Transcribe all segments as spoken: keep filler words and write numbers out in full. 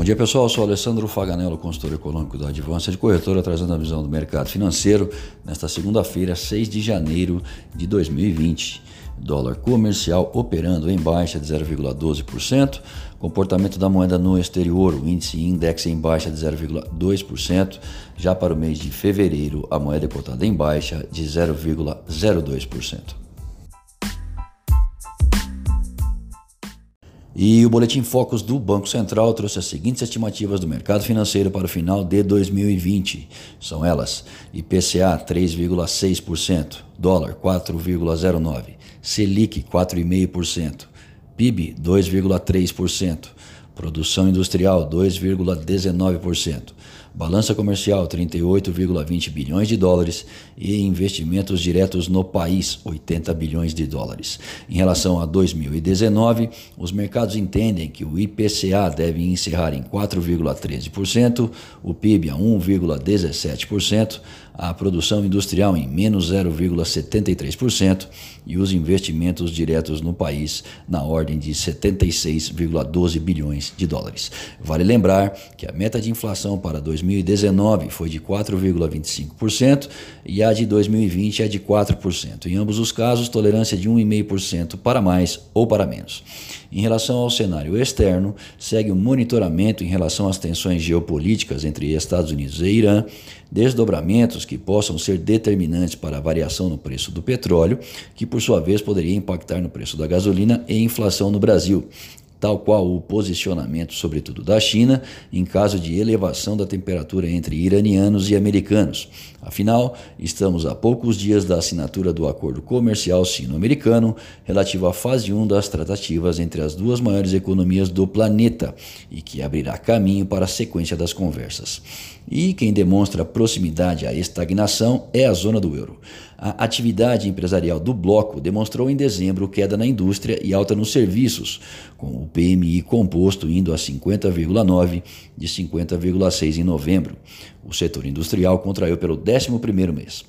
Bom dia, pessoal. Eu sou Alessandro Faganello, consultor econômico da Advança de Corretora, trazendo a visão do mercado financeiro nesta segunda-feira, seis de janeiro de dois mil e vinte. Dólar comercial operando em baixa de zero vírgula doze por cento. Comportamento da moeda no exterior, o índice index em baixa de zero vírgula dois por cento. Já para o mês de fevereiro, a moeda é cotada em baixa de zero vírgula zero dois por cento. E o Boletim Focus do Banco Central trouxe as seguintes estimativas do mercado financeiro para o final de dois mil e vinte. São elas: I P C A três vírgula seis por cento, dólar quatro vírgula zero nove por cento, Selic quatro vírgula cinco por cento, P I B dois vírgula três por cento, produção industrial dois vírgula dezenove por cento, balança comercial trinta e oito vírgula vinte bilhões de dólares e investimentos diretos no país oitenta bilhões de dólares. Em relação a dois mil e dezenove, os mercados entendem que o I P C A deve encerrar em quatro vírgula treze por cento, o P I B a um vírgula dezessete por cento, a produção industrial em menos zero vírgula setenta e três por cento e os investimentos diretos no país na ordem de setenta e seis vírgula doze bilhões de dólares. Vale lembrar que a meta de inflação para dois mil e dezenove foi de quatro vírgula vinte e cinco por cento e a de dois mil e vinte é de quatro por cento. Em ambos os casos, tolerância de um vírgula cinco por cento para mais ou para menos. Em relação ao cenário externo, segue o monitoramento em relação às tensões geopolíticas entre Estados Unidos e Irã, desdobramentos que possam ser determinantes para a variação no preço do petróleo, que por sua vez poderia impactar no preço da gasolina e inflação no Brasil, tal qual o posicionamento, sobretudo da China, em caso de elevação da temperatura entre iranianos e americanos. Afinal, estamos a poucos dias da assinatura do Acordo Comercial Sino-Americano relativo à fase um das tratativas entre as duas maiores economias do planeta e que abrirá caminho para a sequência das conversas. E quem demonstra proximidade à estagnação é a zona do euro. A atividade empresarial do bloco demonstrou em dezembro queda na indústria e alta nos serviços, com o P M I composto indo a cinquenta vírgula nove de cinquenta vírgula seis em novembro. O setor industrial contraiu pelo décimo primeiro mês.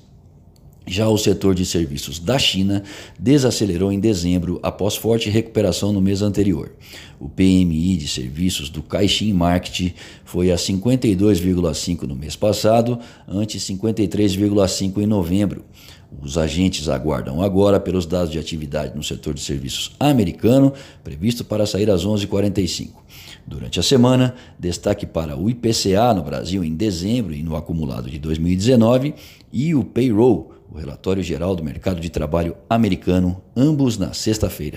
Já o setor de serviços da China desacelerou em dezembro após forte recuperação no mês anterior. O P M I de serviços do Caixin Market foi a cinquenta e dois vírgula cinco no mês passado, ante cinquenta e três vírgula cinco em novembro. Os agentes aguardam agora pelos dados de atividade no setor de serviços americano, previsto para sair às onze e quarenta e cinco. Durante a semana, destaque para o I P C A no Brasil em dezembro e no acumulado de dois mil e dezenove e o Payroll, o relatório geral do mercado de trabalho americano, ambos na sexta-feira.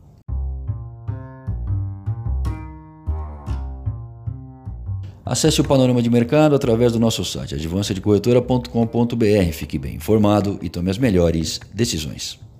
Acesse o panorama de mercado através do nosso site advança de corretora ponto com ponto br. Fique bem informado e tome as melhores decisões.